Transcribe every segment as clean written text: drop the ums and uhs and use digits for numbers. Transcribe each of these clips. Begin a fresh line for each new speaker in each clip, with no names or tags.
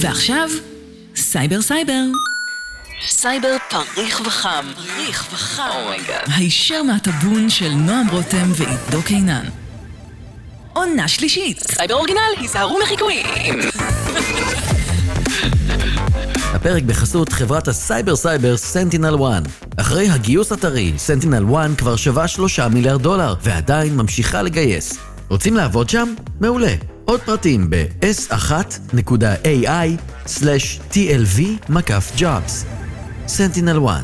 ועכשיו, סייבר סייבר.
סייבר פריך וחם. פריך וחם. אומייגאד.
הישר מהטבון של נועם רותם ועידו קינן. עונה שלישית.
סייבר אורגינל, היזהרו מחיקויים.
הפרק בחסות חברת הסייבר סייבר סנטינל 1. אחרי הגיוס הטרי, סנטינל 1 כבר שווה $3 מיליארד, ועדיין ממשיכה לגייס. רוצים לעבוד שם? מעולה. עוד פרטים ב-s1.ai/tlv-jobs. סנטינל 1.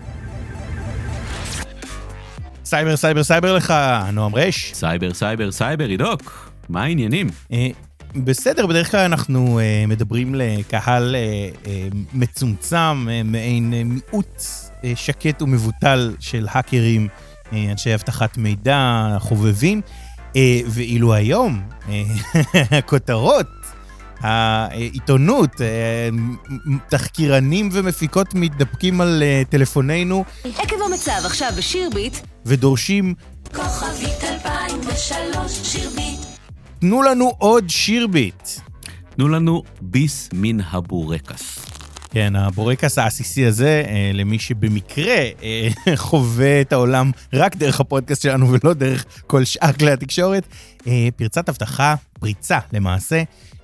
סייבר, סייבר, סייבר לך, נועם רש.
סייבר, סייבר, סייבר, עידוק. מה העניינים?
בסדר, בדרך כלל אנחנו מדברים לקהל מצומצם, מעין מיעוט שקט ומבוטל של האקרים, אנשי אבטחת מידע, חובבים, ואילו היום, הכותרות, העיתונות, תחקירנים ומפיקות מתדפקים על טלפוננו.
עקב המצב עכשיו בשירביט.
ודורשים
כוכבית 2003 שירביט.
תנו לנו עוד שירביט.
תנו לנו ביס מן הבורקס.
כן, הבורקס העסיסי הזה, למי שבמקרה חווה את העולם רק דרך הפודקאסט שלנו ולא דרך כל שאר כלי התקשורת, פרצת הבטחה, פריצה למעשה,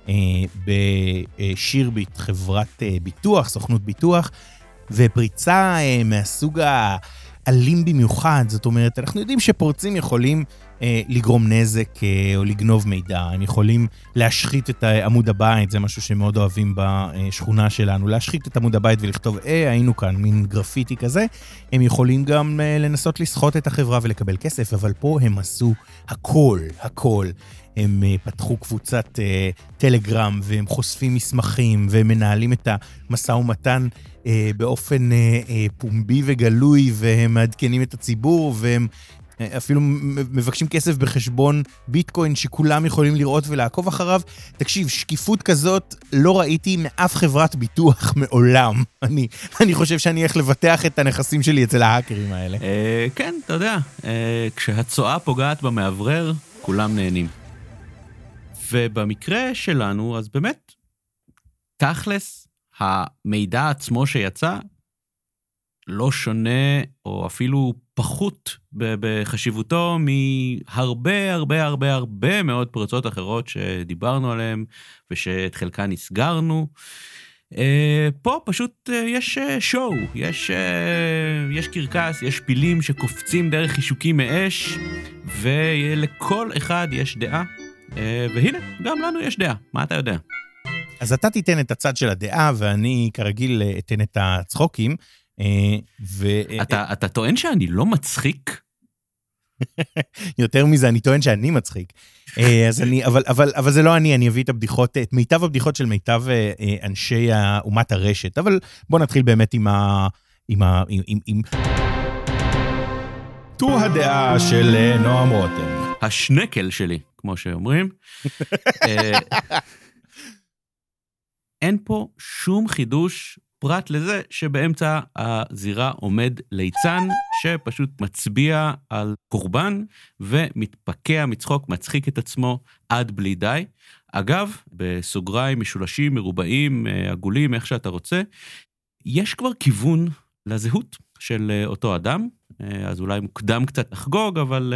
בשירביט, חברת ביטוח, סוכנות ביטוח, ופריצה מהסוג האלים במיוחד. זאת אומרת, אנחנו יודעים שפורצים יכולים לגרום נזק או לגנוב מידע, הם יכולים להשחית את עמוד הבית, זה משהו שמאוד אוהבים בשכונה שלנו, להשחית את עמוד הבית ולכתוב, היינו כאן, מין גרפיטי כזה. הם יכולים גם לנסות לסחוט את החברה ולקבל כסף, אבל פה הם עשו הכל. הם פתחו קבוצת טלגרם, והם חושפים מסמכים, והם מנהלים את המשא ומתן באופן פומבי וגלוי, והם מעדכנים את הציבור, והם אפילו מבקשים כסף בחשבון ביטקוין שכולם יכולים לראות ולעקוב אחריו. תקשיב, שקיפות כזאת לא ראיתי מאף חברת ביטוח מעולם. אני חושב שאני איך לבטח את הנכסים שלי אצל ההאקרים האלה.
כן, אתה יודע, כשהצועה פוגעת במעברר, כולם נהנים. ובמקרה שלנו, אז באמת, תכלס, המידע עצמו שיצא, לא שונה, או אפילו פחות בחשיבותו, מהרבה מאוד פרצות אחרות שדיברנו עליהן, ושאת חלקן נסגרנו. פה פשוט יש שואו, יש קרקס, יש פילים שקופצים דרך חישוקים מאש, ולכל אחד יש דעה. והנה, גם לנו יש דעה. מה אתה יודע?
אז אתה תיתן את הצד של הדעה, ואני כרגיל אתן את הצחוקים.
אתה טוען שאני לא מצחיק?
יותר מזה, אני טוען שאני מצחיק. אבל זה לא אני אביא את הבדיחות, את מיטב הבדיחות של מיטב אנשי אומת הרשת. אבל בוא נתחיל באמת עם טור הדעה של נועם רותם.
השנקל שלי, כמו שאומרים. אין פה שום חידוש, פרט לזה שבאמצע הזירה עומד ליצן, שפשוט מצביע על קורבן, ומתפקע מצחוק, מצחיק את עצמו עד בלי די. אגב, בסוגריים, משולשים, מרובעים, עגולים, איך שאתה רוצה, יש כבר כיוון לזהות של אותו אדם, אז אולי מוקדם קצת לחגוג, אבל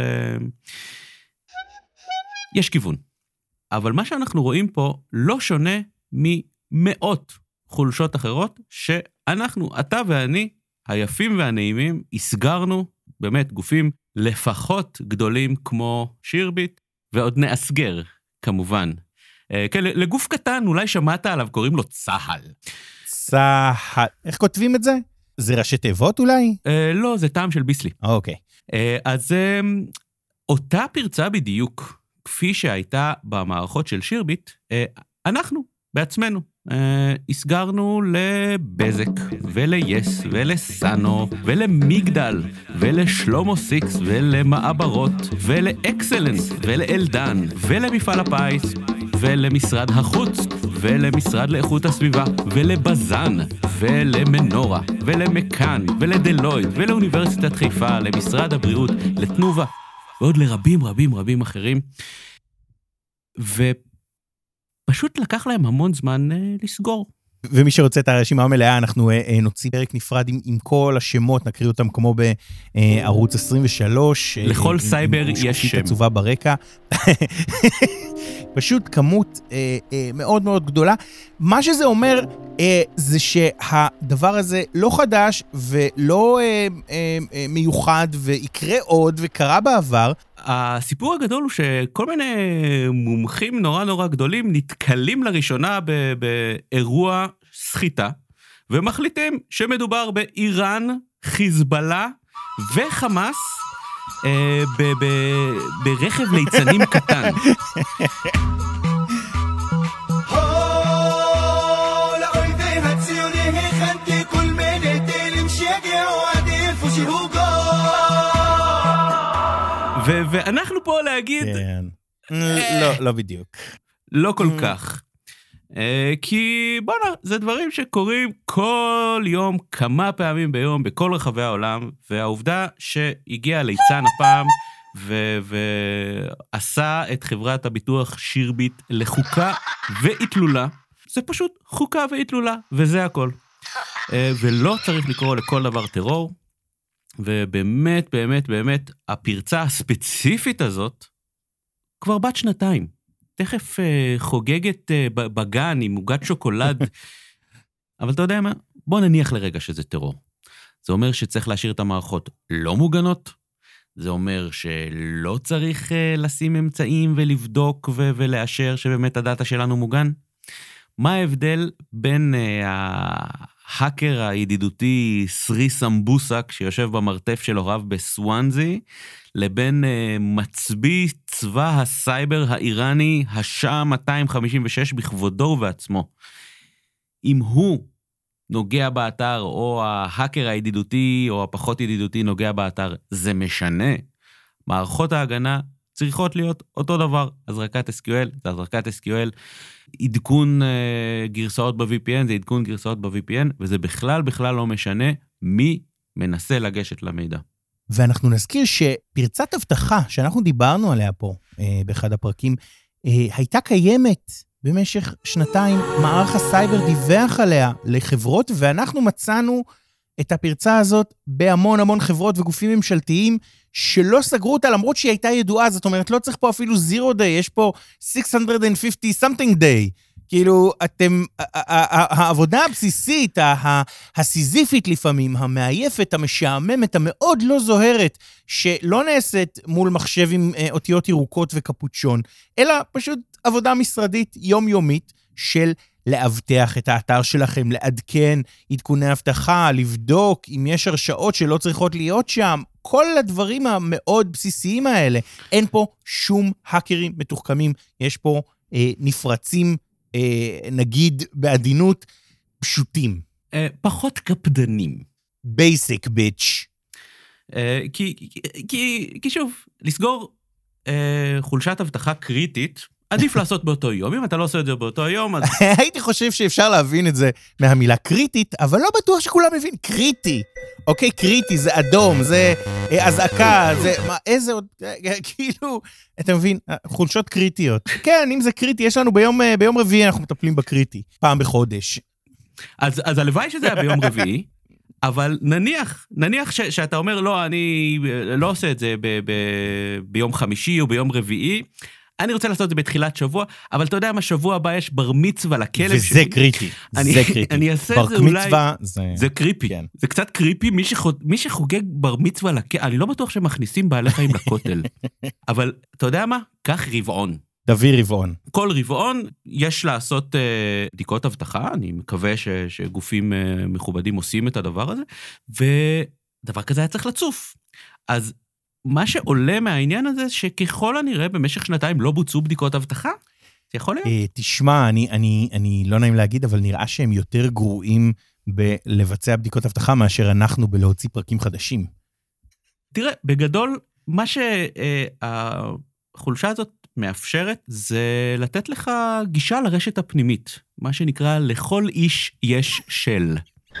יש כיוון. אבל מה שאנחנו רואים פה לא שונה ממאות חולשות אחרות, שאנחנו, אתה ואני, היפים והנעימים, הסגרנו באמת גופים לפחות גדולים כמו שירביט, ועוד נאסגר, כמובן. לגוף קטן, אולי שמעת עליו, קוראים לו צהל.
צהל. איך כותבים את זה? זה ראשי תיבות אולי?
לא, זה טעם של ביסלי.
אוקיי.
אז אותה פרצה בדיוק, כפי שהייתה במערכות של שירביט, אנחנו בעצמנו הסגרנו לבזק וליס ולסאנו ולמגדל ולשלומו סיקס ולמעברות ולאקסלנס ולאלדן ולמפעל הפיס ולמשרד החוץ ולמשרד לאיכות הסביבה ולבזן ולמנורה ולמקן ולדלויד ולאוניברסיטת חיפה, למשרד הבריאות, לתנובה ועוד לרבים אחרים. פשוט לקח להם המון זמן לסגור.
ומי שרוצה את הרשימה המלאה, אנחנו נוציא פרק נפרד עם כל השמות, נקריא אותם כמו בערוץ 23.
לכל סייבר יש שם.
שקופית עצובה ברקע. פשוט כמות מאוד מאוד גדולה. מה שזה אומר, זה שהדבר הזה לא חדש ולא מיוחד, ויקרה עוד וקרה בעבר.
הסיפור הגדול הוא שכל מיני מומחים נורא נורא גדולים נתקלים לראשונה באירוע סחיטה, ומחליטים שמדובר באיראן, חיזבאללה וחמאס ברכב ליצנים קטן. ואנחנו פה להגיד...
לא בדיוק.
לא כל כך. כי בוא'נה, זה דברים שקורים כל יום, כמה פעמים ביום, בכל רחבי העולם, והעובדה שהגיע ליצן הפעם, ועשה את חברת הביטוח שירביט לחוקה והתלולה, זה פשוט חוקה והתלולה, וזה הכל. ולא צריך לקרוא לכל דבר טרור, ובאמת, באמת, באמת, הפרצה הספציפית הזאת, כבר בת 2. תכף חוגגת בגן עם עוגת שוקולד. אבל אתה יודע מה? בוא נניח לרגע שזה טרור. זה אומר שצריך להשאיר את המערכות לא מוגנות, זה אומר שלא צריך לשים אמצעים ולבדוק ולאשר שבאמת הדאטה שלנו מוגן. מה ההבדל בין ההאקר הידידותי סרי סמבוסק שיושב במרתף של הוריו בסוואנזי, לבין מצביא צבא הסייבר האיראני השעה 256 בכבודו ובעצמו? אם הוא נוגע באתר, או ההאקר הידידותי או הפחות ידידותי נוגע באתר, זה משנה. מערכות ההגנה צריכות להיות אותו דבר. הזרקת SQL, זה הזרקת SQL, עדכון גרסאות ב-VPN, זה עדכון גרסאות ב-VPN, וזה בכלל לא משנה מי מנסה לגשת למידע.
ואנחנו נזכיר שפרצת הבטחה שאנחנו דיברנו עליה פה באחד הפרקים, הייתה קיימת במשך 2, מערך הסייבר דיווח עליה לחברות, ואנחנו מצאנו את הפרצה הזאת בהמון חברות וגופים ממשלתיים שלא סגרו אותה, למרות שהיא הייתה ידועה. זאת אומרת, לא צריך פה אפילו 0 day, יש פה 650 something day. כאילו, העבודה הבסיסית, הסיזיפית לפעמים, המעייפת, המשעממת, המאוד לא זוהרת, שלא נעשית מול מחשב עם אותיות ירוקות וקפוצ'ון, אלא פשוט עבודה משרדית יומיומית של לאבטח את האתר שלכם, לעדכן עדכוני הבטחה, לבדוק אם יש הרשאות שלא צריכות להיות שם, כל הדברים המאוד בסיסיים האלה. אין פה שום האקרים מתוחכמים, יש פה נפרצים, נגיד בעדינות, פשוטים.
פחות קפדנים.
basic bitch.
כי שוב, לסגור חולשת הבטחה קריטית, עדיף לעשות באותו יום. אם אתה לא עושה את זה באותו יום, אז...
הייתי חושב שאפשר להבין את זה מהמילה קריטית, אבל לא בטוח שכולם מבין. קריטי. אוקיי, קריטי, זה אדום, זה הזעקה, זה... מה, איזה עוד... כאילו, אתה מבין, חולשות קריטיות. כן, אם זה קריטי, יש לנו ביום רביעי, אנחנו מטפלים בקריטי. פעם בחודש.
אז הלוואי שזה היה ביום רביעי, אבל נניח שאתה אומר, לא, אני לא עושה את זה ביום חמישי או ביום רביעי, אני רוצה לעשות את זה בתחילת שבוע, אבל אתה יודע מה, שבוע הבא יש בר מצווה לכלב שלי.
וזה קריטי, זה קריטי.
אני אעשה את זה אולי... זה קריפי.
כן.
זה קצת קריפי, מי שחוגג בר מצווה לכלב, אני לא בטוח שמכניסים בעלי חיים לכותל. אבל אתה יודע מה? קח רבעון.
תביא רבעון.
כל רבעון יש לעשות בדיקות הבטחה, אני מקווה שגופים מכובדים עושים את הדבר הזה, ודבר כזה היה צריך לצוף. אז מה שעולה מהעניין הזה, שככל הנראה במשך 2 לא בוצעו בדיקות הבטחה, זה יכול להיות?
תשמע, אני לא נעים להגיד, אבל נראה שהם יותר גרועים בלבצע בדיקות הבטחה, מאשר אנחנו בלהוציא פרקים חדשים.
תראה, בגדול, מה שהחולשה הזאת מאפשרת, זה לתת לך גישה לרשת הפנימית, מה שנקרא, לכל איש יש של.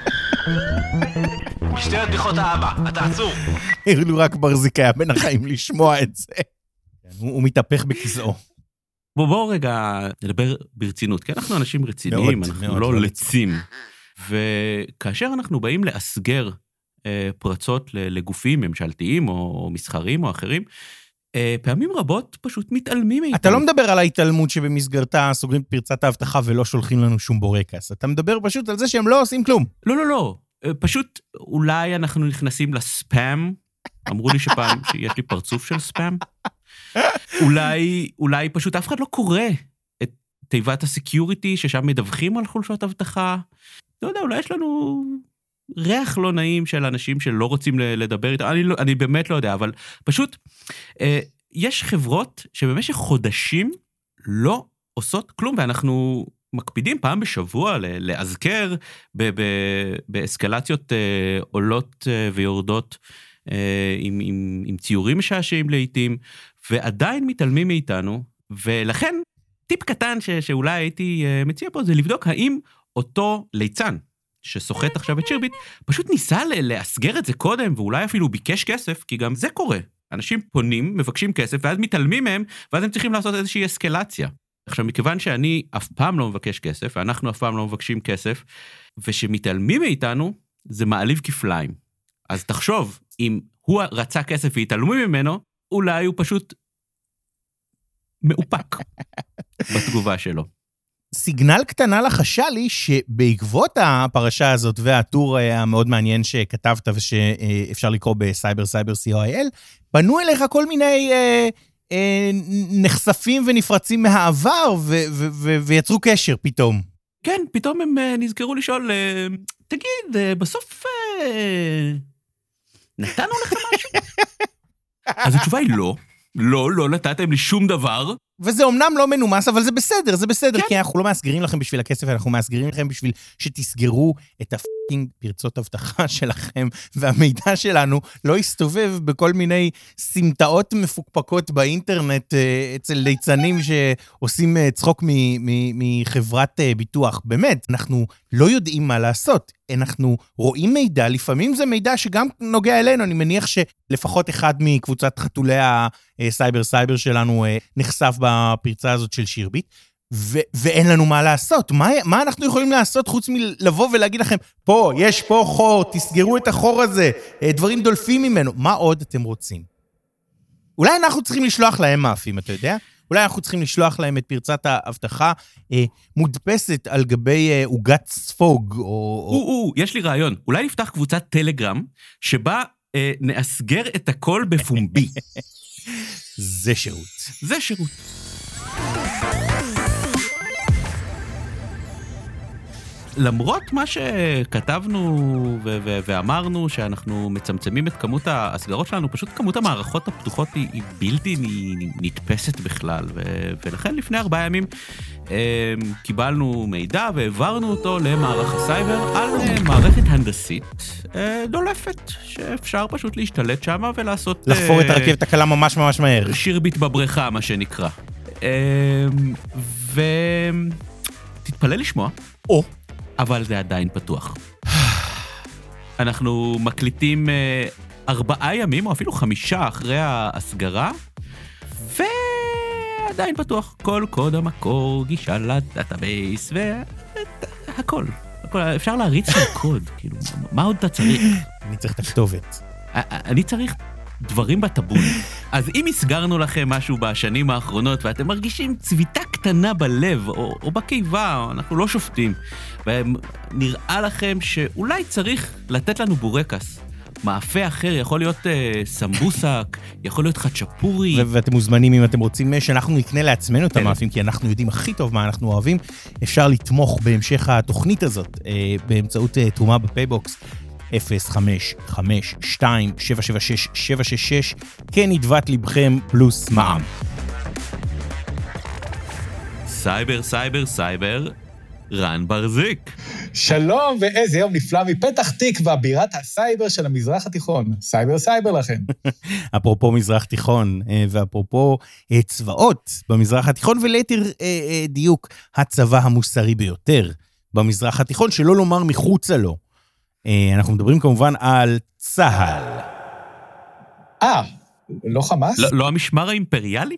שתי הבדיחות האבא, אתה עצור.
הרלו רק ברזיק היה בין החיים לשמוע את זה. הוא מתהפך בכיסאו.
בואו רגע נדבר ברצינות, כי אנחנו אנשים רציניים,
מאוד,
אנחנו
מאוד
לא
לא
לצים. וכאשר אנחנו באים לאסגר פרצות לגופים ממשלתיים או מסחרים או אחרים, פעמים רבות פשוט מתעלמים מאיתנו.
אתה לא מדבר על ההתעלמות שבמסגרתה סוגרים פרצת האבטחה ולא שולחים לנו שום בורקס. אתה מדבר פשוט על זה שהם לא עושים כלום.
לא. פשוט אולי אנחנו נכנסים לספאם. אמרו לי שפעם שיש לי פרצוף של ספאם. אולי פשוט אף אחד לא קורא את תיבת הסקיוריטי ששם מדווחים על חולשות אבטחה. לא יודע, אולי יש לנו ריח לא נעים של אנשים שלא רוצים לדבר איתם. אני באמת לא יודע, אבל פשוט יש חברות שבמשך חודשים לא עושות כלום, ואנחנו מקפידים פעם בשבוע להזכר באסקלציות עולות ויורדות עם ציורים משעשעים לעתים, ועדיין מתעלמים מאיתנו, ולכן טיפ קטן שאולי הייתי מציע פה זה לבדוק האם אותו ליצן שסוחט עכשיו את שירביט, פשוט ניסה להסגר את זה קודם, ואולי אפילו ביקש כסף, כי גם זה קורה. אנשים פונים, מבקשים כסף, ואז מתעלמים מהם, ואז הם צריכים לעשות איזושהי אסקלציה. עכשיו, מכיוון שאני אף פעם לא מבקש כסף, ואנחנו אף פעם לא מבקשים כסף, ושמתעלמים מאיתנו, זה מעליב כפליים. אז תחשוב, אם הוא רצה כסף והתעלמו ממנו, אולי הוא פשוט מאופק בתגובה שלו.
סיגנל קטנה לחשה לי שבעקבות הפרשה הזאת והטור המאוד מעניין שכתבת ושאפשר לקרוא בסייבר co.il, פנו אליך כל מיני נחשפים ונפרצים מהעבר ויצרו קשר פתאום.
כן, פתאום הם נזכרו לשאול, תגיד, בסוף נתנו לך משהו? אז התשובה היא לא. לא נתתם לי שום דבר.
וזה אומנם לא מנומס, אבל זה בסדר,
כן.
כי אנחנו לא מאסגרים לכם בשביל הכסף, אנחנו מאסגרים לכם בשביל שתסגרו את הפאקינג פרצות הבטחה שלכם, והמידע שלנו לא יסתובב בכל מיני סמטאות מפוקפקות באינטרנט, אצל ליצנים שעושים צחוק מחברת ביטוח. באמת, אנחנו לא יודעים מה לעשות. אנחנו רואים מידע, לפעמים זה מידע שגם נוגע אלינו, אני מניח שלפחות אחד מקבוצת חתולי הסייבר שלנו נחשף בפרצה הזאת של שירביט, ואין לנו מה לעשות. מה אנחנו יכולים לעשות חוץ מלבוא ולהגיד לכם, יש פה חור, תסגרו את החור הזה, דברים דולפים ממנו. מה עוד אתם רוצים? אולי אנחנו צריכים לשלוח להם מאפים, אתה יודע? אולי אנחנו צריכים לשלוח להם את פרצת ההבטחה מודפסת על גבי עוגת ספוג.
יש לי רעיון. אולי נפתח קבוצת טלגרם שבה נאסגר את הכל בפומבי.
זה שירות.
למרות מה שכתבנו ואמרנו שאנחנו מצמצמים את כמות ההסגרות שלנו, פשוט כמות המערכות הפתוחות היא בלתי נתפסת בכלל, ולכן לפני 4 ימים קיבלנו מידע והעברנו אותו למערך הסייבר על מערכת הנדסית דולפת, שאפשר פשוט להשתלט שמה ולעשות...
לחפור את הרכבת הקלה ממש ממש מהר.
שירביט בבריכה, מה שנקרא. ותתפלא לשמוע. אבל זה עדיין פתוח. אנחנו מקליטים 4 ימים, או אפילו 5 אחרי ההסגרה, ועדיין פתוח. כל קוד המקור, גישה לדאטאבייס, והכל. אפשר להריץ את הקוד, כאילו, מה עוד אתה צריך?
אני צריך את הכתובת.
אני צריך דברים בטבול. אז אם הסגרנו לכם משהו בשנים האחרונות, ואתם מרגישים צביטה קטנה בלב, או בקיבה, אנחנו לא שופטים, ונראה לכם שאולי צריך לתת לנו בורקס. מאפה אחר, יכול להיות סמבוסק, יכול להיות חצ'פורי.
ואתם מוזמנים אם אתם רוצים שאנחנו נקנה לעצמנו את המאפים, כי אנחנו יודעים הכי טוב מה אנחנו אוהבים. אפשר לתמוך בהמשך התוכנית הזאת, באמצעות תרומה בפייבוקס. 055-2-776-766, כן נדבת לבכם פלוס מע"מ.
סייבר, רן ברזיק.
שלום ואיזה יום נפלא מפתח תקווה, בירת הסייבר של המזרח התיכון. סייבר לכם.
אפרופו מזרח תיכון, ואפרופו צבאות במזרח התיכון, וליתר דיוק, הצבא המוסרי ביותר במזרח התיכון, שלא לומר מחוצה לו. אנחנו מדברים כמובן על צה"ל.
לא חמאס?
לא המשמר האימפריאלי?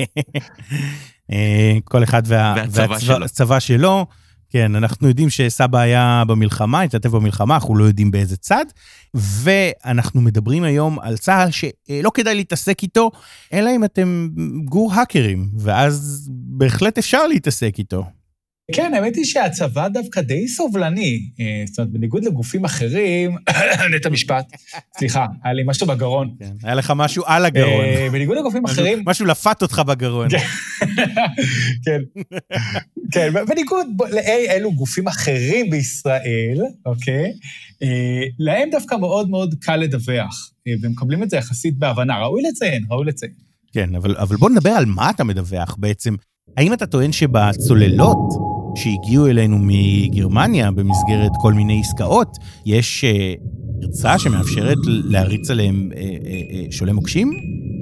כל אחד והצבא שלו. כן, אנחנו יודעים שסבא היה במלחמה, התעטף במלחמה, אנחנו לא יודעים באיזה צד, ואנחנו מדברים היום על צהל שלא כדאי להתעסק איתו, אלא אם אתם גור האקרים, ואז בהחלט אפשר להתעסק איתו.
כן, האמת היא שהצבא דווקא די סובלני, זאת אומרת, בניגוד לגופים אחרים, נט המשפט, סליחה, היה לי משהו בגרון.
כן, היה לך משהו על הגרון.
בניגוד לגופים אחרים...
משהו לפת אותך בגרון.
כן, כן, בניגוד לאלו גופים אחרים בישראל, אוקיי, להם דווקא מאוד מאוד קל לדווח, והם מקבלים את זה יחסית בהבנה, ראוי לציין.
כן, אבל בוא נדבר על מה אתה מדווח בעצם. האם אתה טוען שבצוללות שהגיעו אלינו מגרמניה במסגרת כל מיני עסקאות, יש פרצה שמאפשרת להריץ עליהם שולי מוקשים?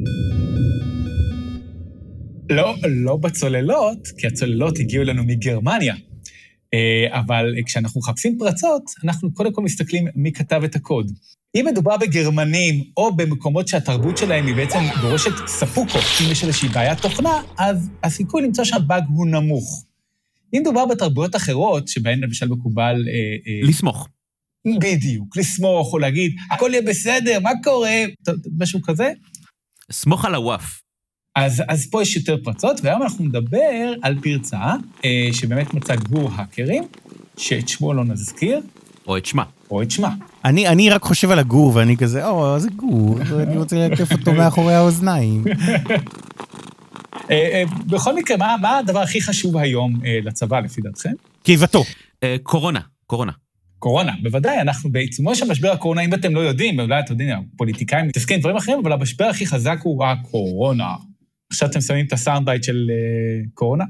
לא בצוללות, כי הצוללות הגיעו אלינו מגרמניה. אבל כשאנחנו מחפשים פרצות, אנחנו קודם כל מסתכלים מי כתב את הקוד. אם מדובר בגרמנים או במקומות שהתרבות שלהם היא בעצם דורשת ספוקו, אם יש איזושהי בעיית תוכנה, אז הסיכוי למצוא שם באג הוא נמוך. אם מדובר בתרבויות אחרות, שבהן למשל מקובל...
לסמוך.
בדיוק, לסמוך או להגיד, הכל יהיה בסדר, מה קורה? משהו כזה.
סמוך על הוואף.
אז פה יש יותר פרצות, והיום אנחנו נדבר על פרצה, שבאמת מצא גור האקרים, שאת שמו לא נזכיר.
או את שמה.
אני רק חושב על הגור, ואני כזה, זה גור, אני רוצה להקף אותו מאחורי האוזניים.
בכל מקרה, מה הדבר הכי חשוב היום לצבא, לפי דעתכם?
קיבתו.
קורונה,
בוודאי, אנחנו בעיצומו של משבר הקורונה, אם אתם לא יודעים, אולי אתם יודעים, פוליטיקאים מתעסקים דברים אחרים, אבל המשבר הכי חזק הוא הקורונה. עכשיו אתם שמים את הסאונד בייט של קורונה?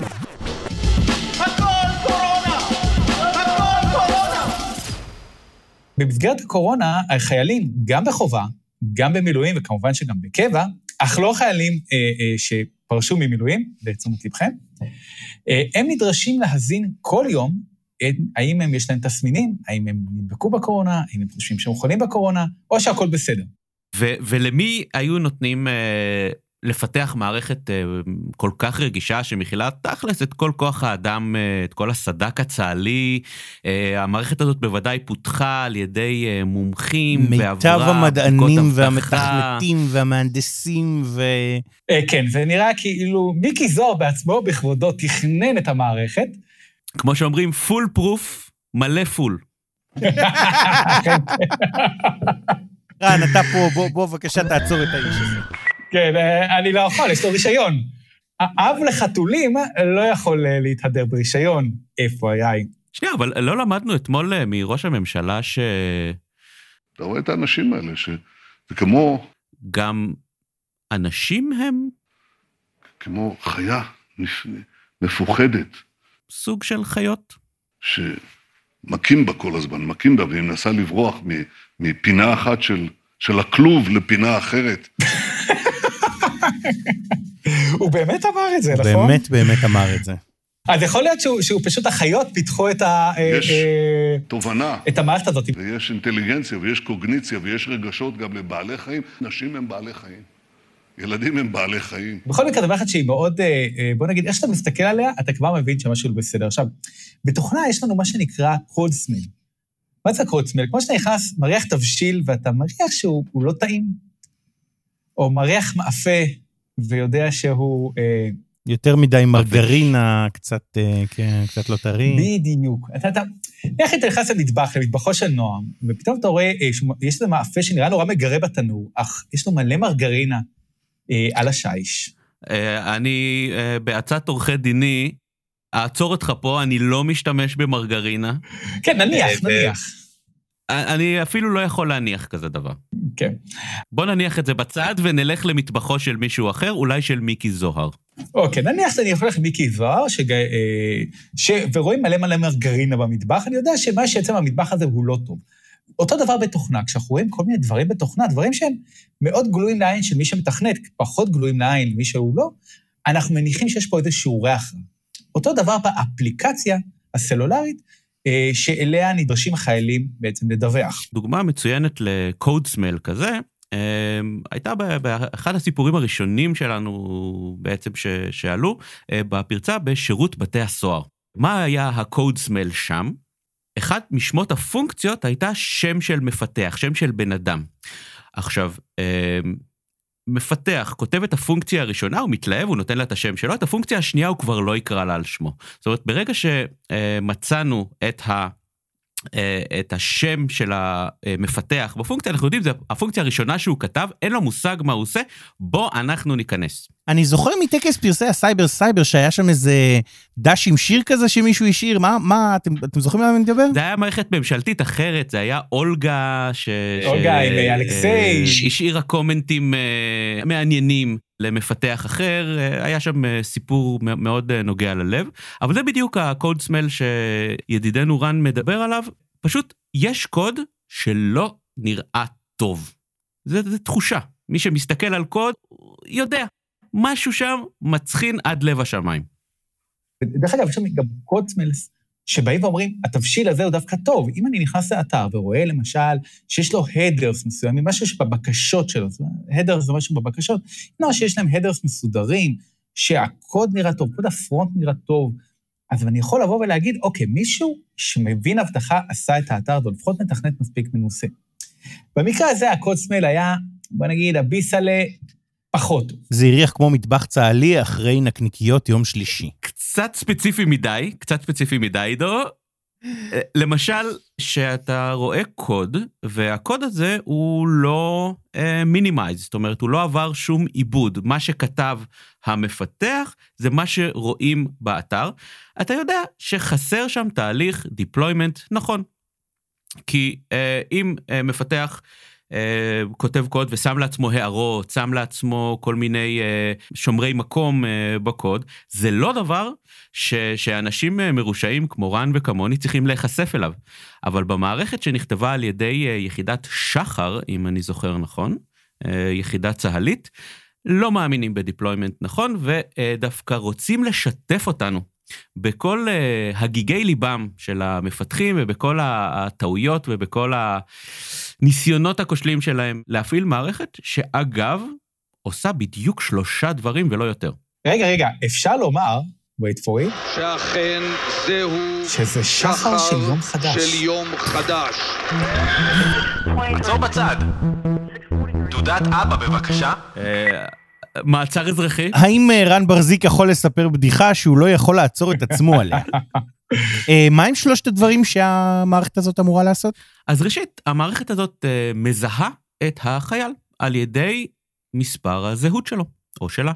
במסגרת הקורונה, החיילים, גם בחובה, גם במילואים, וכמובן שגם בקבע, אך לא חיילים שפרשו ממילואים, לתשומת לבכם, הם נדרשים להזין כל יום, האם יש להם תסמינים, האם הם נדבקו בקורונה, האם הם חושבים שהם חולים בקורונה, או שהכל בסדר.
ולמי היו נותנים לפתח מערכת כל כך רגישה, שמכילה תכלס את כל כוח האדם, את כל הסדק הצה"לי, המערכת הזאת בוודאי פותחה על ידי מומחים,
מיטב המדענים והמתכנתים והמהנדסים
כן, זה נראה כאילו מיקי זוהר בעצמו בכבודו תכנן את המערכת.
כמו שאומרים, פול פרוף, מלא פול.
רן, אתה פה, בוא בבקשה תעצור את האיש הזה.
כן, אני לא יכול, יש לו רישיון. אב לחתולים לא יכול להתהדר ברישיון. איפה היה?
שנייה, אבל לא למדנו אתמול מראש הממשלה
אתה רואה את האנשים האלה, זה כמו...
גם אנשים הם?
כמו חיה מפוחדת.
סוג של חיות?
שמקים בה כל הזמן, מקים בה, והיא מנסה לברוח מפינה אחת של הכלוב לפינה אחרת.
הוא באמת אמר את זה, נכון?
באמת אמר את זה.
אז יכול להיות שהוא פשוט החיות פיתחו את
יש תובנה.
את המערכת הזאת.
ויש אינטליגנציה, ויש קוגניציה, ויש רגשות גם לבעלי חיים. נשים הם בעלי חיים. ילדים הם בעלי חיים.
בכל מקרה, דבר אחד שהיא מאוד, בוא נגיד, איך שאתה מסתכל עליה, אתה כבר מבין שמשהו לא בסדר. עכשיו, בתוכנה יש לנו מה שנקרא קודסמל. מה זה קודסמל? כמו שאתה נכנס, מריח תבשיל, ואתה מריח שהוא לא טעים, או מריח מאפה, ויודע שהוא...
יותר מדי מרגרינה, קצת לא טרי.
בדיוק. איך אתה נכנס למטבחו של נועם, ופתאום אתה רואה, יש לו מאפה שנראה נורא מגרה בתנור, אך יש לו מלא מרגרינה על השיש.
אני, בעצת עורכי דיני, אעצור אותך פה, אני לא משתמש במרגרינה.
כן, נניח.
אני אפילו לא יכול להניח כזה דבר.
כן.
בוא נניח את זה בצד ונלך למטבחו של מישהו אחר, אולי של מיקי זוהר.
אוקיי, נניח שאני הולך למיקי זוהר, ורואים מלא מרגרינה במטבח, אני יודע שמה שיצא מהמטבח הזה הוא לא טוב. אותו דבר בתוכנה, כשאנחנו רואים כל מיני דברים בתוכנה, דברים שהם מאוד גלויים לעין של מי שמתכנת, פחות גלויים לעין למי שהוא לא, אנחנו מניחים שיש פה איזשהו ריח. אותו דבר באפליקציה הסלולרית, שאליה נדרשים החיילים בעצם לדווח.
דוגמה מצוינת לקוד סמל כזה, הייתה באחד הסיפורים הראשונים שלנו בעצם שעלו, בפרצה בשירות בתי הסוהר. מה היה הקוד סמל שם? אחד משמות הפונקציות הייתה שם של מפתח, שם של בן אדם. עכשיו, מפתח כותב את הפונקציה הראשונה, הוא מתלהב, הוא נותן לה את השם שלו, את הפונקציה השנייה הוא כבר לא יקרא לה על שמו. זאת אומרת, ברגע שמצאנו את השם של המפתח בפונקציה, אנחנו יודעים, זו הפונקציה הראשונה שהוא כתב, אין לו מושג מה הוא עושה, בוא אנחנו ניכנס.
אני זוכר מטקס פרסי הסייבר שהיה שם איזה דש עם שיר כזה שמישהו השאיר, מה, אתם זוכרים מה אני מדבר?
זה היה מערכת ממשלתית אחרת, זה היה אולגה
אולגה עם אלכסיי.
השאירה קומנטים מעניינים למפתח אחר, היה שם סיפור מאוד נוגע ללב, אבל זה בדיוק הקוד סמל שידידנו רן מדבר עליו, פשוט יש קוד שלא נראה טוב. זה תחושה. מי שמסתכל על קוד, יודע, משהו שם מצחין עד לב השמיים.
דרך אגב, יש שם גם קוד סמלס, שבאים ואומרים, התבשיל הזה הוא דווקא טוב. אם אני נכנס לאתר ורואה למשל, שיש לו הדרס מסוימים, משהו שבבקשות שלו, הדרס זה משהו בבקשות, לא שיש להם הדרס מסודרים, שהקוד נראה טוב, קוד הפרונט נראה טוב, אז אני יכול לבוא ולהגיד, אוקיי, מישהו שמבין הבטחה עשה את האתר, ולפחות מתכנת מספיק מנוסה. במקרה הזה הקוד סמל היה, בוא נגיד, הביסלה פחות.
זה הריח כמו מטבח צהלי אחרי נקניקיות יום שלישי.
קצת ספציפי מדי, דו. למשל, שאתה רואה קוד, והקוד הזה הוא לא מינימייז, זאת אומרת, הוא לא עבר שום עיבוד. מה שכתב המפתח, זה מה שרואים באתר. אתה יודע שחסר שם תהליך deployment נכון. כי אם מפתח כותב קוד ושם לעצמו הערות, שם לעצמו כל מיני שומרי מקום בקוד, זה לא דבר שאנשים מרושעים כמו רן וכמוני צריכים להיחשף אליו. אבל במערכת שנכתבה על ידי יחידת שחר, אם אני זוכר נכון, יחידה צהלית, לא מאמינים בדיפלוימנט נכון, ודווקא רוצים לשתף אותנו בכל הגיגי ליבם של המפתחים, ובכל הטעויות ובכל הניסיונות הכושלים שלהם להפעיל מערכת, שאגב, עושה בדיוק 3 דברים ולא יותר.
רגע, אפשר לומר, wait for it,
שאכן זהו
שזה שחר של יום חדש.
עצור בצד. תעודת אבא בבקשה.
מעצר אזרחי.
האם רן ברזיק יכול לספר בדיחה שהוא לא יכול לעצור את עצמו עליה? מה עם 3 הדברים שהמערכת הזאת אמורה לעשות?
אז ראשית, המערכת הזאת מזהה את החייל על ידי מספר הזהות שלו, או שלה.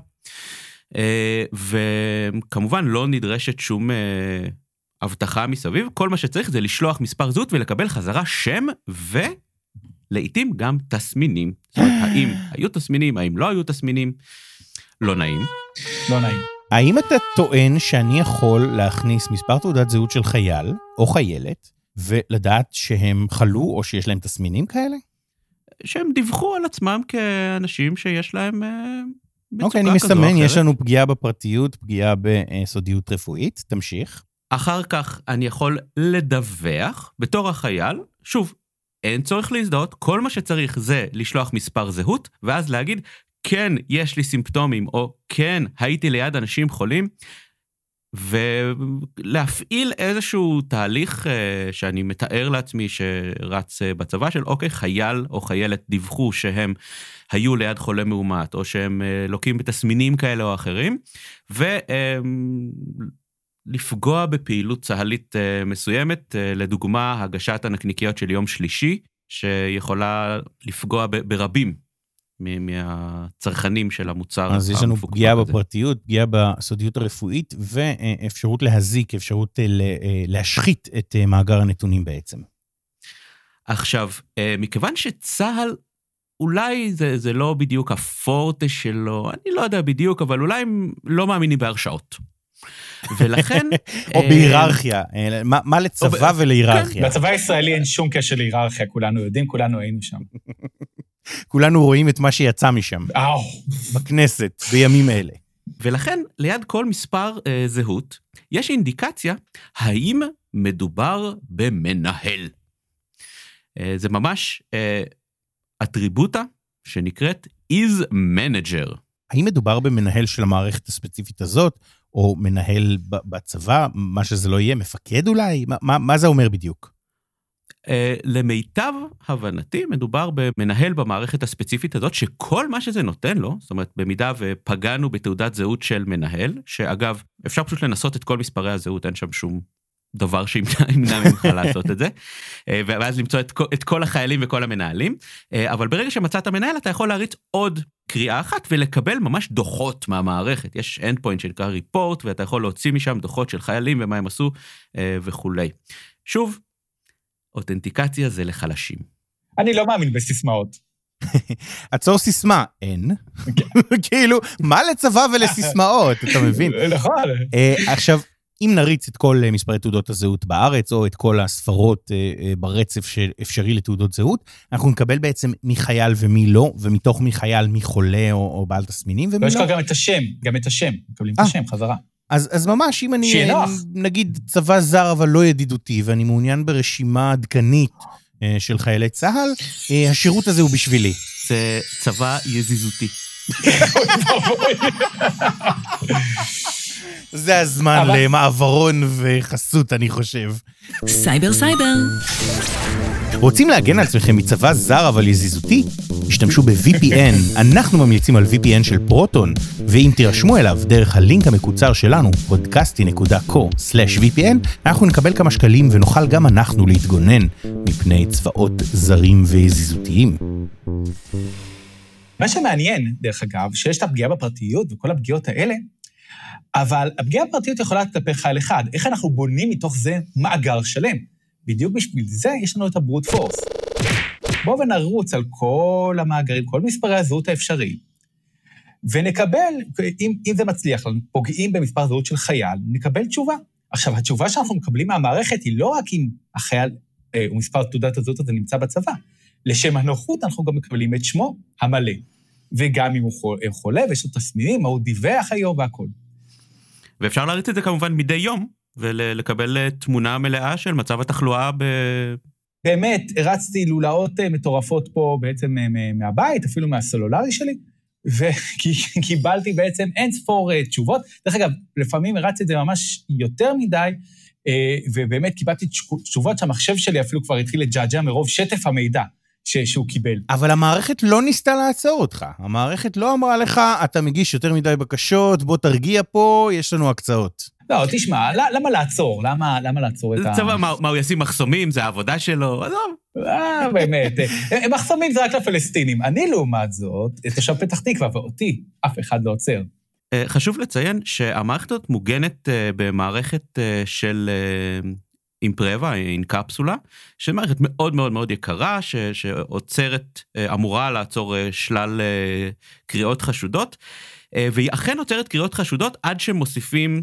וכמובן לא נדרשת שום הבטחה מסביב, כל מה שצריך זה לשלוח מספר זהות ולקבל חזרה שם לעתים גם תסמינים. זאת אומרת, האם היו תסמינים, האם לא היו תסמינים, לא נעים.
לא נעים.
האם אתה טוען שאני יכול להכניס מספר תעודת זהות של חייל או חיילת, ולדעת שהם חלו או שיש להם תסמינים כאלה?
שהם דיווחו על עצמם כאנשים שיש להם מצוקה
אוקיי, אני מסמן, יש לנו פגיעה בפרטיות, פגיעה בסודיות רפואית, תמשיך.
אחר כך אני יכול לדווח בתור החייל, שוב, אין צורך להזדהות, כל מה שצריך זה לשלוח מספר זהות, ואז להגיד, כן, יש לי סימפטומים, או כן, הייתי ליד אנשים חולים, ולהפעיל איזשהו תהליך שאני מתאר לעצמי שרץ בצבא של, אוקיי, חייל או חיילת דיווחו שהם היו ליד חולה מאומת, או שהם לוקים בתסמינים כאלה או אחרים, לפגוע בפעילות צהלית מסוימת, לדוגמה, הגשת הנקניקיות של יום שלישי, שיכולה לפגוע ברבים מהצרכנים של המוצר.
אז יש לנו פגיעה בפרטיות, פגיעה בסודיות הרפואית, ואפשרות להזיק, אפשרות להשחית את מאגר הנתונים בעצם.
עכשיו, מכיוון שצהל, אולי זה לא בדיוק הפורטה שלו, אני לא יודע בדיוק, אבל אולי הם לא מאמינים בהרשאות. ולכן...
או בהיררכיה, מה לצבא ולהיררכיה?
בצבא הישראלי אין שום קשר להיררכיה, כולנו יודעים, כולנו היינו שם.
כולנו רואים את מה שיצא משם. בכנסת, בימים אלה.
ולכן, ליד כל מספר זהות, יש אינדיקציה, האם מדובר במנהל. זה ממש אטריבוטה שנקראת is manager.
האם מדובר במנהל של המערכת הספציפית הזאת, או מנהל בצבא, מה שזה לא יהיה, מפקד אולי? מה זה אומר בדיוק?
למיטב הבנתי, מדובר במנהל במערכת הספציפית הזאת, שכל מה שזה נותן לו, זאת אומרת, במידה ופגענו בתעודת זהות של מנהל, שאגב, אפשר פשוט לנסות את כל מספרי הזהות, אין שם שום דבר שימנע ממך לעשות את זה, ואז למצוא את כל החיילים וכל המנהלים, אבל ברגע שמצאת מנהל, אתה יכול להריץ עוד קריאה אחת, ולקבל ממש דוחות מהמערכת. יש endpoint שנקרא report, ואתה יכול להוציא משם דוחות של חיילים, ומה הם עשו, וכולי. שוב, אותנטיקציה זה לחלשים.
אני לא מאמין בסיסמאות.
עצור סיסמה, אין. כאילו, מה לצבא ולסיסמאות, אתה מבין?
נכון.
עכשיו, אם נריץ את כל מספרי תעודות הזהות בארץ, או את כל הספרות ברצף שאפשרי לתעודות זהות, אנחנו נקבל בעצם מי חייל ומי לא, ומתוך מי חייל מי חולה או בעל תסמינים ומי לא.
ויש לך גם את השם, מקבלים את השם חזרה.
אז ממש, אם אני, נגיד, צבא זר אבל לא ידידותי, ואני מעוניין ברשימה עדכנית של חיילי צהל, השירות הזה הוא בשבילי.
זה צבא יזיזותי.
זה הזמן למעברון וחסות, אני חושב.
סייבר סייבר.
רוצים להגן על עצמכם מצבא זר אבל יזיזותי? השתמשו ב-VPN. אנחנו ממליצים על VPN של פרוטון, ואם תירשמו אליו דרך הלינק המקוצר שלנו, podcasty.co/VPN, אנחנו נקבל כמה שקלים ונוכל גם אנחנו להתגונן מפני צבאות זרים ויזיזותיים.
מה שמעניין, דרך אגב, שיש את הפגיעה בפרטיות וכל הפגיעות האלה, אבל הפגיעה בפרטיות יכולה כלפי חייל אחד. איך אנחנו בונים מתוך זה מאגר שלם? בדיוק בשביל זה יש לנו את הברוט פורס. בואו ונרוץ על כל המאגרים, כל מספרי הזהות האפשרי, ונקבל, אם זה מצליח, פוגעים במספר זהות של חייל, נקבל תשובה. עכשיו, התשובה שאנחנו מקבלים מהמערכת היא לא רק אם החייל ומספר תעודת הזהות הזה נמצא בצבא, לשם הנוחות אנחנו גם מקבלים את שמו המלא, וגם אם הוא חולה ויש לו תסמינים, מה הוא דיווח היום והכל.
ואפשר להריץ את זה כמובן מדי יום, ולקבל תמונה מלאה של מצב התחלואה
באמת, הרצתי לולאות מטורפות פה בעצם מהבית, אפילו מהסלולרי שלי, וקיבלתי בעצם אין ספור תשובות. דרך אגב, לפעמים הרצתי את זה ממש יותר מדי, ובאמת קיבלתי תשובות שהמחשב שלי אפילו כבר התחיל לג'אג'ה מרוב שטף המידע שהוא קיבל.
אבל המערכת לא ניסתה לעצור אותך. המערכת לא אמרה לך, אתה מגיש יותר מדי בקשות, בוא תרגיע פה, יש לנו הקצאות.
לא, תשמע, למה לעצור? למה לעצור את
צבא, מה הוא ישים מחסומים? זה העבודה שלו? עזוב.
באמת. מחסומים זה רק לפלסטינים. אני לעומת זאת, תושב פתח תקווה, ואותי אף אחד לא עוצר.
חשוב לציין שהמערכת הזאת מוגנת במערכת של אימפרבה, אינקפסולה, שמערכת מאוד מאוד מאוד יקרה, שעוצרת, אמורה לעצור שלל קריאות חשודות, והיא אכן עוצרת קריאות חשודות עד שמוסיפים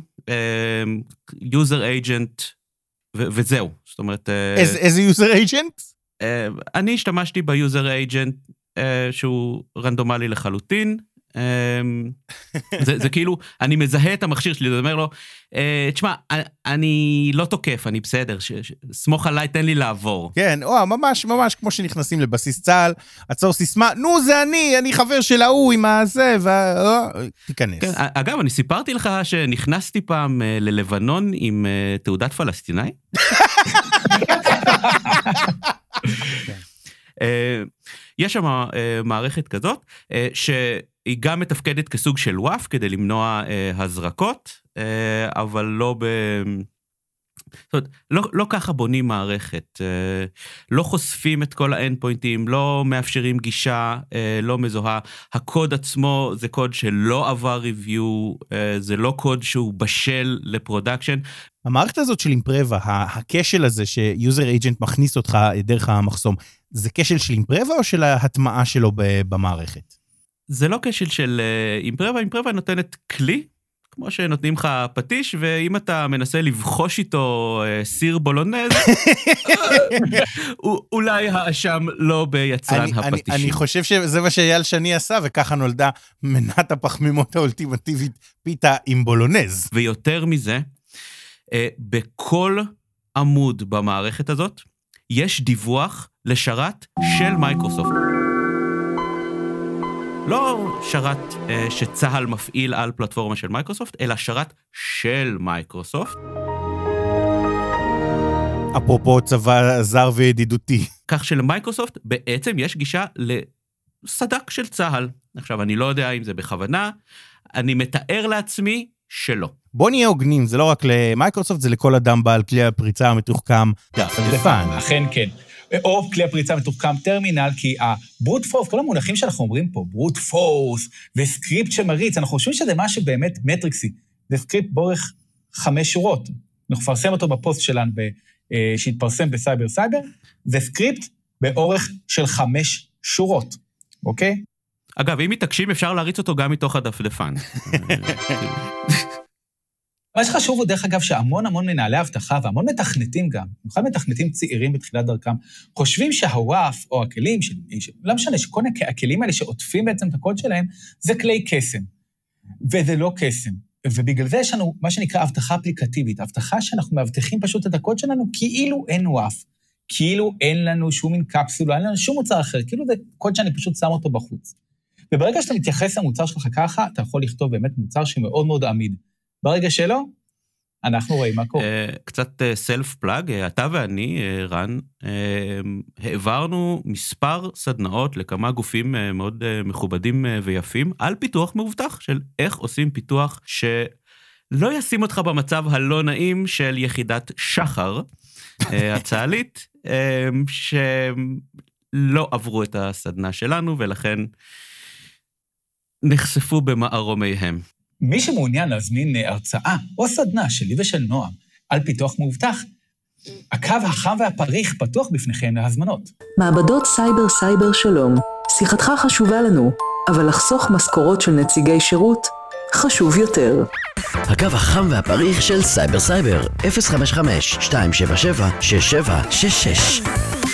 user agent וזהו. זאת אומרת...
איזה user agent?
אני השתמשתי ב-user agent שהוא רנדומלי לחלוטין, זה כאילו, אני מזהה את המכשיר שלי, זה אומר לו, תשמע, אני לא תוקף, אני בסדר, סמוך עליי, תן לי לעבור.
כן, ממש, ממש כמו שנכנסים לבסיס צה"ל, עצור סיסמה, נו, זה אני חבר של ההוא עם הזה, תיכנס.
כן, אגב, אני סיפרתי לך שנכנסתי פעם ללבנון עם תעודת פלסטיני. יש שם מערכת כזאת, שהיא גם מתפקדת כסוג של וואף, כדי למנוע הזרקות, אבל לא זאת אומרת, לא ככה בונים מערכת, לא חושפים את כל האנדפוינטים, לא מאפשרים גישה, לא מזוהה. הקוד עצמו זה קוד שלא עבר ריוויו, זה לא קוד שהוא בשל לפרודקשן.
המערכת הזאת של אימפרבה, הכשל הזה שיוזר אייג'נט מכניס אותך דרך המחסום, זה כשל של אימפרבה או של ההטמעה שלו במערכת?
זה לא כשל של אימפרבה, אימפרבה נותנת כלי, כמו שנותנים לך פטיש, ואם אתה מנסה לבחוש איתו סיר בולונז, אולי האשם לא ביצרן הפטישים.
אני חושב שזה מה שאייל שני עשה, וככה נולדה מנת הפחמימות האולטימטיבית, פיתה עם בולונז.
ויותר מזה, בכל עמוד במערכת הזאת, יש דיווח לשרת של מייקרוסופט. לא שרת שצהל מפעיל על פלטפורמה של מייקרוסופט, אלא שרת של מייקרוסופט.
אפרופו צבא זר וידידותי.
כך שלמייקרוסופט בעצם יש גישה לסדק של צהל. עכשיו, אני לא יודע אם זה בכוונה, אני מתאר לעצמי שלא.
בוא נהיה הוגנים, זה לא רק למייקרוסופט, זה לכל אדם בעל כלי הפריצה המתוחכם דפדפן.
אכן כן. או כלי הפריצה מתוחכם טרמינל, כי הברוט פורס, כל המונחים שאנחנו אומרים פה, ברוט פורס וסקריפט שמריץ, אנחנו חושבים שזה מה שבאמת מטריקסי. זה סקריפט באורך 5 שורות. אנחנו נפרסם אותו בפוסט שלנו שהתפרסם בסייבר סייבר, זה סקריפט באורך של 5 שורות, אוקיי?
אגב, אם מתעקשים אפשר להריץ אותו גם מתוך הדפדפן.
מה שחשוב הוא דרך אגב שהמון מנהלי אבטחה והמון מתכנתים גם, במיוחד מתכנתים צעירים בתחילת דרכם, חושבים שהוואף או הכלים, לא משנה שכל הכלים האלה שעוטפים בעצם את הקוד שלהם, זה כלי קסם. וזה לא קסם. ובגלל זה יש לנו מה שנקרא אבטחה אפליקטיבית, אבטחה שאנחנו מאבטחים פשוט את הקוד שלנו, כאילו אין וואף, כאילו אין לנו שום מין קפסולה, אין לנו שום מוצר אחר, כאילו זה קוד שאני פשוט שם אותו בחוץ. וברגע שאתה מתייחס למוצר שלך ככה, אתה יכול לכתוב באמת מוצר שמאוד מאוד עמיד. ברגע שלא, אנחנו רואים מה קורה.
קצת סלף פלאג, אתה ואני, רן, העברנו מספר סדנאות לכמה גופים מאוד מכובדים ויפים, על פיתוח מאובטח של איך עושים פיתוח שלא ישים אותך במצב הלא נעים של יחידת שחר הצהלית, שלא עברו את הסדנה שלנו, ולכן נחשפו במערומיהם.
מי שמעוניין להזמין הרצאה או סדנה שלי ושל נועם על פיתוח מאובטח, הקו החם והפריך פתוח בפניכם להזמנות.
מעבדות סייבר שלום, שיחתך חשובה לנו, אבל לחסוך משכורות של נציגי שירות חשוב יותר.
הקו החם והפריך של סייבר 055-277-6766.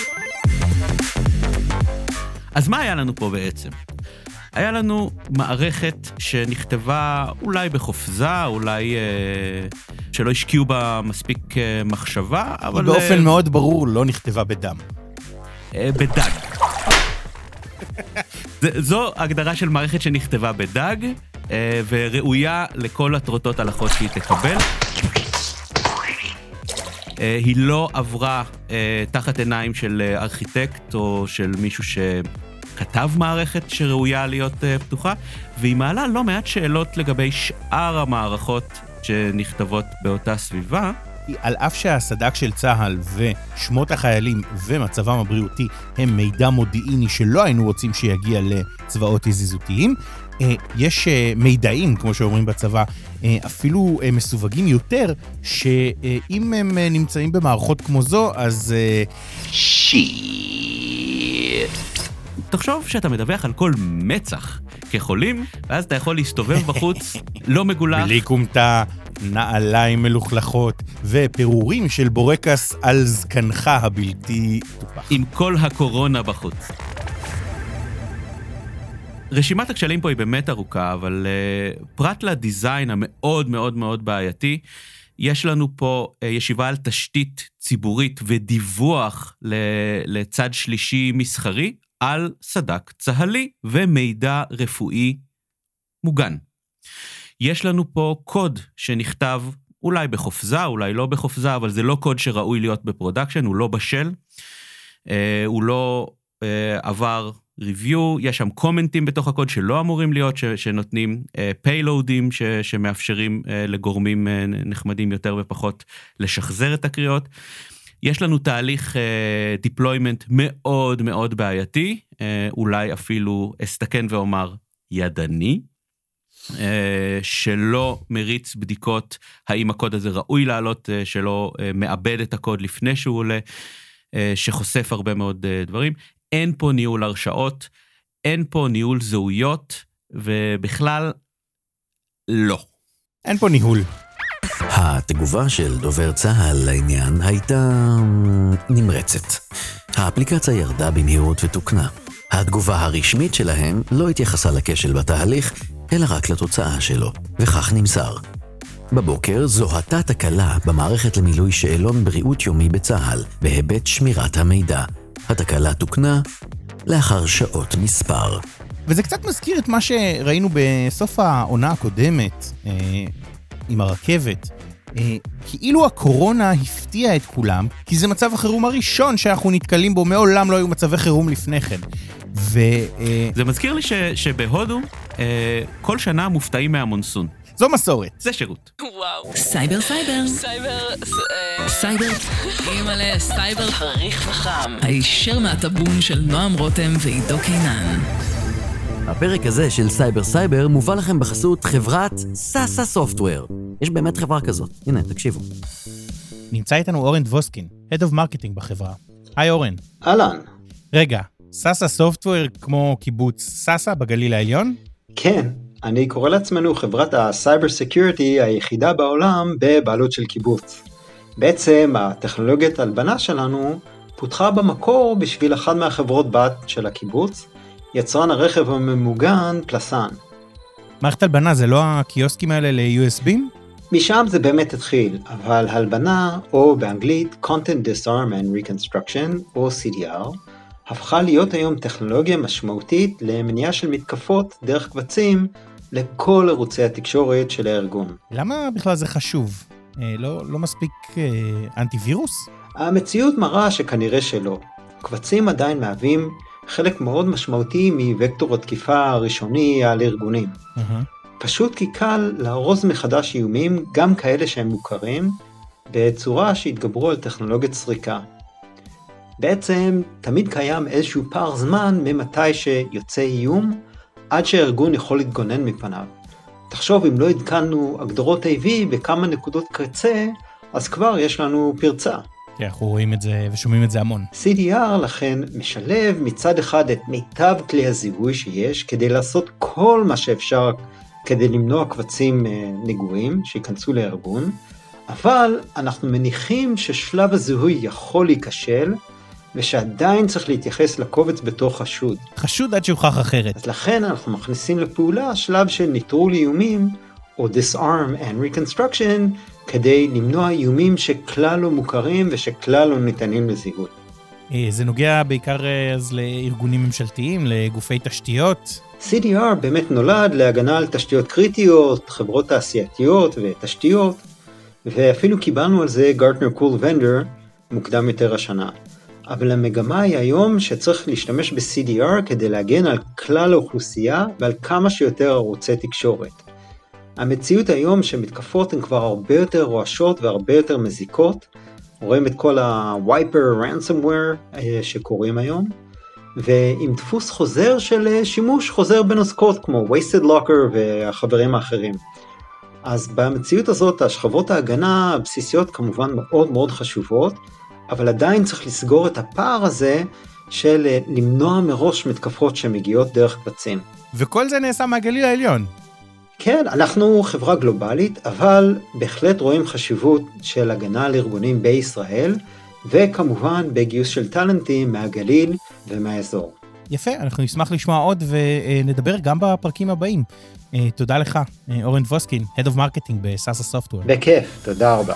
אז מה היה לנו פה בעצם? היה לנו מערכת שנכתבה אולי בחופזה, אולי שלא השקיעו בה מספיק מחשבה, אבל...
באופן מאוד ברור לא נכתבה בדם.
בדג. זו הגדרה של מערכת שנכתבה בדג, וראויה לכל הטרוטות הלכות שהיא תקבל. היא לא עברה תחת עיניים של ארכיטקט או של מישהו כתב מערכת שראויה להיות פתוחה, והיא מעלה לא מעט שאלות לגבי שאר המערכות שנכתבות באותה סביבה.
על אף שהסדק של צהל ושמות החיילים ומצבם הבריאותי הם מידע מודיעיני שלא היינו רוצים שיגיע לצבאות יזיזותיים, יש מידעים, כמו שאומרים בצבא, אפילו מסווגים יותר, שאם הם נמצאים במערכות כמו זו, אז...
תחשוב שאתה מדווח על כל מצח כחולים, ואז אתה יכול להסתובב בחוץ, לא מגולח.
בלי קומתה, נעליים מלוכלכות, ופירורים של בורקס על זקנך הבלתי טופח.
עם כל הקורונה בחוץ. רשימת הכשלים פה היא באמת ארוכה, אבל פרט לדיזיין המאוד מאוד מאוד בעייתי, יש לנו פה ישיבה על תשתית ציבורית ודיווח לצד שלישי מסחרי, על סדק צהלי ומידע רפואי מוגן. יש לנו פה קוד שנכתב אולי בחופזה, אולי לא בחופזה, אבל זה לא קוד שראוי להיות בפרודקשן, הוא לא בשל, הוא לא עבר ריוויו, יש שם קומנטים בתוך הקוד שלא אמורים להיות, שנותנים פיילודים שמאפשרים לגורמים נחמדים יותר ופחות לשחזר את הקריאות. יש לנו תהליך deployment מאוד מאוד בעייתי, אולי אפילו אסתכן ואומר ידני, שלא מריץ בדיקות האם הקוד הזה ראוי לעלות, שלא מאבד את הקוד לפני שהוא עולה, שחושף הרבה מאוד דברים. אין פה ניהול הרשאות, אין פה ניהול זהויות, ובכלל לא.
אין פה ניהול.
התגובה של דובר צהל לעניין הייתה נמרצת. האפליקציה ירדה במהירות ותוקנה. התגובה הרשמית שלהם לא התייחסה לכשל בתהליך, אלא רק לתוצאה שלו, וכך נמסר. בבוקר זוהתה תקלה במערכת למילוי שאלון בריאות יומי בצהל, בהיבט שמירת המידע. התקלה תוקנה לאחר שעות מספר.
וזה קצת מזכיר את מה שראינו בסוף העונה הקודמת, עם הרכבת. כאילו הקורונה הפתיעה את כולם, כי זה מצב החירום הראשון שאנחנו נתקלים בו, מעולם לא היו מצבי חירום לפני כן.
זה מזכיר לי שבהודו כל שנה מופתעים מהמונסון.
זו מסורת.
זה שירות.
וואו.
סייבר. סייבר. אימא'לה, סייבר
פריך וחם.
הישר מהטבון של נועם רותם ועידו קינן.
הפרק הזה של סייבר מובא לכם בחסות חברת סאסה סופטוור. יש באמת חברה כזאת. הנה, תקשיבו.
נמצא איתנו אורן דבוסקין, Head of Marketing בחברה. היי אורן.
אהלן.
רגע, סאסה סופטוור כמו קיבוץ סאסה בגליל העליון?
כן, אני קורא לעצמנו חברת הסייבר סקיוריטי היחידה בעולם בבעלות של קיבוץ. בעצם הטכנולוגיית הלבנה שלנו פותחה במקור בשביל אחת מהחברות בת של הקיבוץ, יצרן הרכב הממוגן פלסן.
מערכת הלבנה זה לא הקיוסקים האלה ל-USB?
משם זה באמת התחיל, אבל הלבנה, או באנגלית Content Disarm and Reconstruction, או CDR, הפכה להיות היום טכנולוגיה משמעותית למניעה של מתקפות דרך קבצים לכל ערוצי התקשורת של הארגון.
למה בכלל זה חשוב? לא מספיק אנטיווירוס?
המציאות מראה שכנראה שלא. קבצים עדיין מהווים חלק מאוד משמעותי מווקטור התקיפה הראשוני על ארגונים. פשוט כי קל להרוז מחדש איומים, גם כאלה שהם מוכרים, בצורה שהתגברו על טכנולוגיית סריקה. בעצם תמיד קיים איזשהו פער זמן ממתי שיוצא איום, עד שהארגון יכול להתגונן מפניו. תחשוב, אם לא עדכנו הגדרות AV בכמה נקודות קצה, אז כבר יש לנו פרצה.
כן, אנחנו רואים את זה ושומעים את זה המון.
CDR לכן משלב מצד אחד את מיטב כלי הזיהוי שיש, כדי לעשות כל מה שאפשר כדי למנוע קבצים נגועים שיכנסו לארגון, אבל אנחנו מניחים ששלב הזיהוי יכול להיכשל, ושעדיין צריך להתייחס לקובץ בתור חשוד.
חשוד עד שהוכח אחרת.
אז לכן אנחנו מכניסים לפעולה שלב של ניטרול איומים, או disarm and reconstruction, כדי למנוע איומים שכלל לא מוכרים ושכלל לא ניתנים לזיהוי.
זה נוגע בעיקר אז לארגונים ממשלתיים, לגופי תשתיות?
CDR באמת נולד להגנה על תשתיות קריטיות, חברות תעשייתיות ותשתיות, ואפילו קיבלנו על זה Gartner Cool Vendor מוקדם יותר השנה. אבל המגמה היא היום שצריך להשתמש ב-CDR כדי להגן על כלל האוכלוסייה ועל כמה שיותר ערוצי תקשורת. המציאות היום שמתקפות הן כבר הרבה יותר רועשות והרבה יותר מזיקות, רואים את כל ה-Wiper ransomware שקוראים היום, ועם דפוס חוזר של שימוש חוזר בנוסקות כמו Wasted Locker והחברים האחרים. אז במציאות הזאת השכבות ההגנה הבסיסיות כמובן מאוד מאוד חשובות, אבל עדיין צריך לסגור את הפער הזה של למנוע מראש מתקפות שמגיעות דרך קבצים.
וכל זה נעשה מהגליל העליון.
כן, אנחנו חברה גלובלית, אבל בהחלט רואים חשיבות של הגנה על ארגונים בישראל, וכמובן בגיוס של טלנטים מהגליל ומהאזור.
יפה, אנחנו נשמח לשמוע עוד ונדבר גם בפרקים הבאים. תודה לך, אורן דבוסקין, Head of Marketing בסאסה סופטוור.
בכיף, תודה רבה.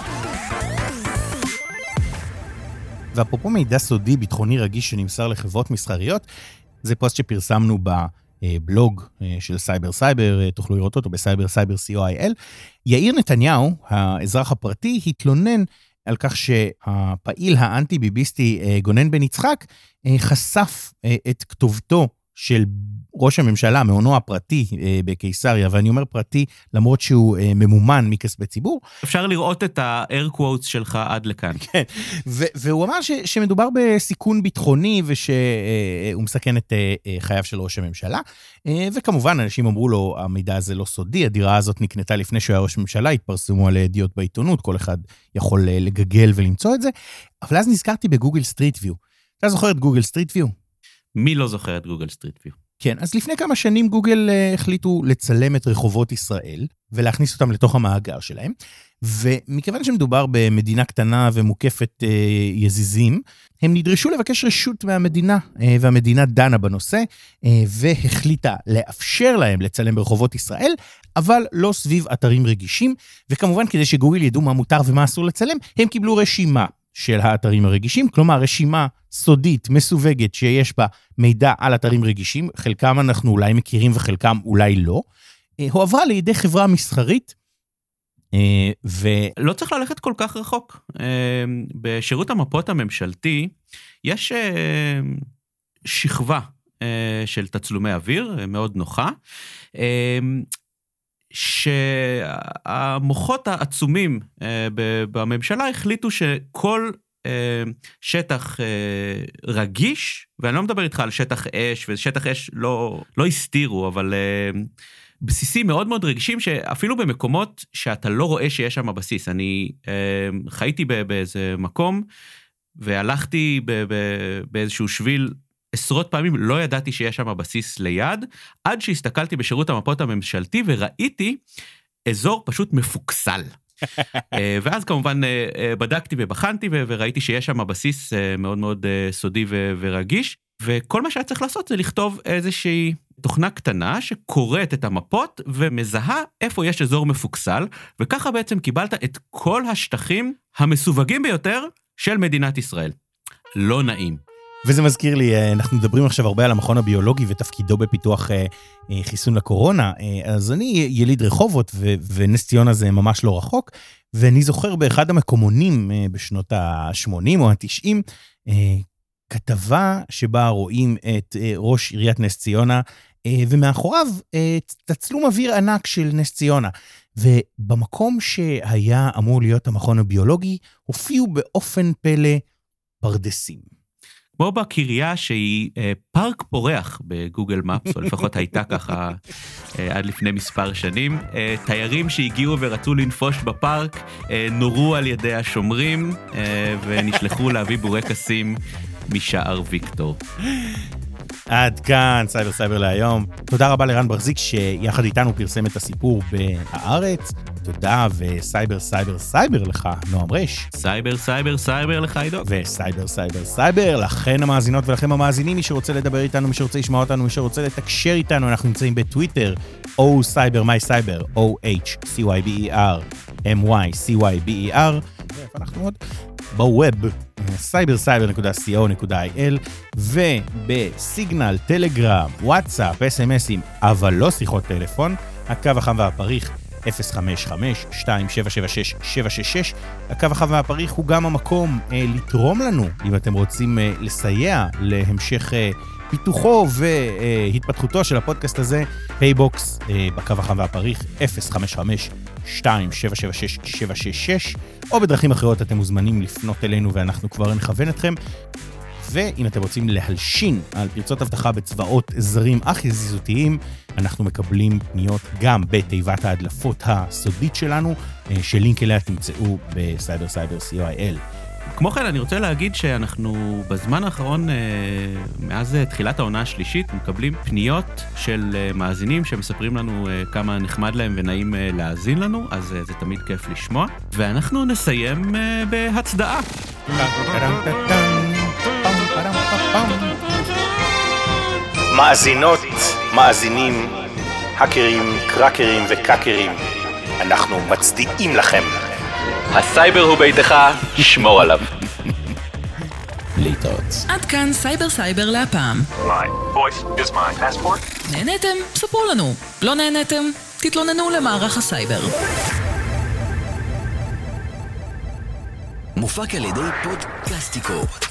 ואפרופו מידע סודי ביטחוני רגיש שנמסר לחברות מסחריות, זה פוסט שפרסמנו בבלוג של סייבר, תוכלו לראות אותו בסייבר co.il. יאיר נתניהו, האזרח הפרטי, התלונן על כך שהפעיל האנטי-ביביסטי גונן בן יצחק חשף את כתובתו של ראש הממשלה, מעונו הפרטי בקיסריה, ואני אומר פרטי למרות שהוא ממומן מכספי ציבור.
אפשר לראות את ה-air quotes שלך עד לכאן.
כן, והוא אמר שמדובר בסיכון ביטחוני, ושהוא מסכן את חייו של ראש הממשלה, וכמובן אנשים אמרו לו, המידע הזה לא סודי, הדירה הזאת נקנתה לפני שהוא היה ראש הממשלה, התפרסמו על ידיעות בעיתונות, כל אחד יכול לגגל ולמצוא את זה, אבל אז נזכרתי בגוגל סטריט ויו. אתה זוכר את גוגל סטריט ויו?
מי לא זוכר את גוגל סטריט ויו?
כן, אז לפני כמה שנים גוגל החליטו לצלם את רחובות ישראל, ולהכניס אותם לתוך המאגר שלהם, ומכיוון שמדובר במדינה קטנה ומוקפת יזיזים, הם נדרשו לבקש רשות מהמדינה, והמדינה דנה בנושא, והחליטה לאפשר להם לצלם ברחובות ישראל, אבל לא סביב אתרים רגישים, וכמובן כדי שגוגל ידעו מה מותר ומה אסור לצלם, הם קיבלו רשימה של האתרים הרגישים, כלומר רשימה סודית, מסווגת, שיש בה מידע על אתרים רגישים, חלקם אנחנו אולי מכירים וחלקם אולי לא, הועברה לידי חברה מסחרית,
לא צריך ללכת כל כך רחוק. בשירות המפות הממשלתי יש שכבה של תצלומי אוויר, מאוד נוחה, שהמוחות העצומים בממשלה החליטו שכל שטח רגיש, ואני לא מדבר איתך על שטח אש, ושטח אש לא הסתירו, אבל בסיסים מאוד מאוד רגישים, שאפילו במקומות שאתה לא רואה שיש שם בסיס. אני חייתי באיזה מקום, והלכתי באיזשהו שביל עשרות פעמים, לא ידעתי שיש שם בסיס ליד, עד שהסתכלתי בשירות המפות הממשלתי, וראיתי אזור פשוט מפוקסל. ואז כמובן בדקתי ובחנתי, וראיתי שיש שם בסיס מאוד מאוד סודי ורגיש, וכל מה שהיה צריך לעשות זה לכתוב איזושהי תוכנה קטנה שקוראת את המפות ומזהה איפה יש אזור מפוקסל, וככה בעצם קיבלת את כל השטחים המסווגים ביותר של מדינת ישראל. לא נעים.
וזה מזכיר לי, אנחנו מדברים עכשיו הרבה על המכון הביולוגי ותפקידו בפיתוח חיסון לקורונה, אז אני יליד רחובות ונס ציונה זה ממש לא רחוק, ואני זוכר באחד המקומונים בשנות ה-80 או ה-90, כתבה שבה רואים את ראש עיריית נס ציונה, ומאחוריו תצלום אוויר ענק של נס ציונה. ובמקום שהיה אמור להיות המכון הביולוגי, הופיעו באופן פלא פרדסים.
כמו בקריה שהיא פארק פורח בגוגל מפס, או לפחות הייתה ככה עד לפני מספר שנים. תיירים שהגיעו ורצו לנפוש בפארק, נורו על ידי השומרים, ונשלחו להביא בורקסים משער ויקטור.
עד כאן, סייבר להיום. תודה רבה לרן ברזיק שיחד איתנו פרסם את הסיפור בהארץ. תודה וסייבר לך, נועם רש.
סייבר לך, עידו.
וסייבר לכן המאזינות ולכם המאזינים, מי שרוצה לדבר איתנו, מי שרוצה לשמוע אותנו, מי שרוצה לתקשר איתנו, אנחנו נמצאים בטוויטר, OCyber, MyCyber, OHCYBER, MYCYBER, ואיפה אנחנו עוד? בווב, cyber.co.il, ובסיגנל, טלגרם, וואטסאפ, אס-אמסים, אבל לא שיחות טלפון, הקו החם והפריך 055-2776-766, הקו החם והפריך הוא גם המקום לתרום לנו, אם אתם רוצים לסייע להמשך פיתוחו והתפתחותו של הפודקאסט הזה, פייבוקס בקו החם והפריך 055-2776-766, או בדרכים אחרות אתם מוזמנים לפנות אלינו ואנחנו כבר נכוון אתכם. ואם אתם רוצים להלשין על פרצות הבטחה בצבאות זרים אך יזיזותיים, אנחנו מקבלים פניות גם בתיבת ההדלפות הסודית שלנו, שלינק אליה תמצאו בסייבר co.il.
כמו כן, אני רוצה להגיד שאנחנו בזמן האחרון, מאז תחילת העונה השלישית, מקבלים פניות של מאזינים שמספרים לנו כמה נחמד להם ונעים להאזין לנו, אז זה תמיד כיף לשמוע. ואנחנו נסיים בהצדעה.
מאזינות, מאזינים, הקרים, קרקרים וקקרים, אנחנו מצדיעים לכם.
הסייבר הוא ביתך, שמור עליו.
להתראות.
עד כאן סייבר להפעם. נהניתם? ספרו לנו. לא נהניתם? תתלוננו למערך הסייבר.
מופק על ידי פודקאסטיקו.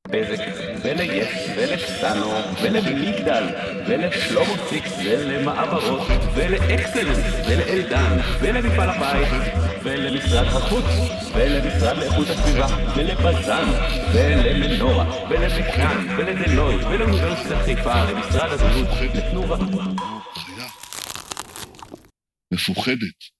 לבזק, וליס, ולסטנו, ולמגדל, ולשלמה סיקס, ולמעברות, ולאקסלנס, ולאלדן, ולמפעל הבית, ולמשרד החוץ, ולמשרד לאיכות הסביבה, ולבזן, ולמנורה, ולמכאן, ולדלוי, ולאוניברסיטת חיפה, למשרד הבריאות, לתנובה.
מפוחדת.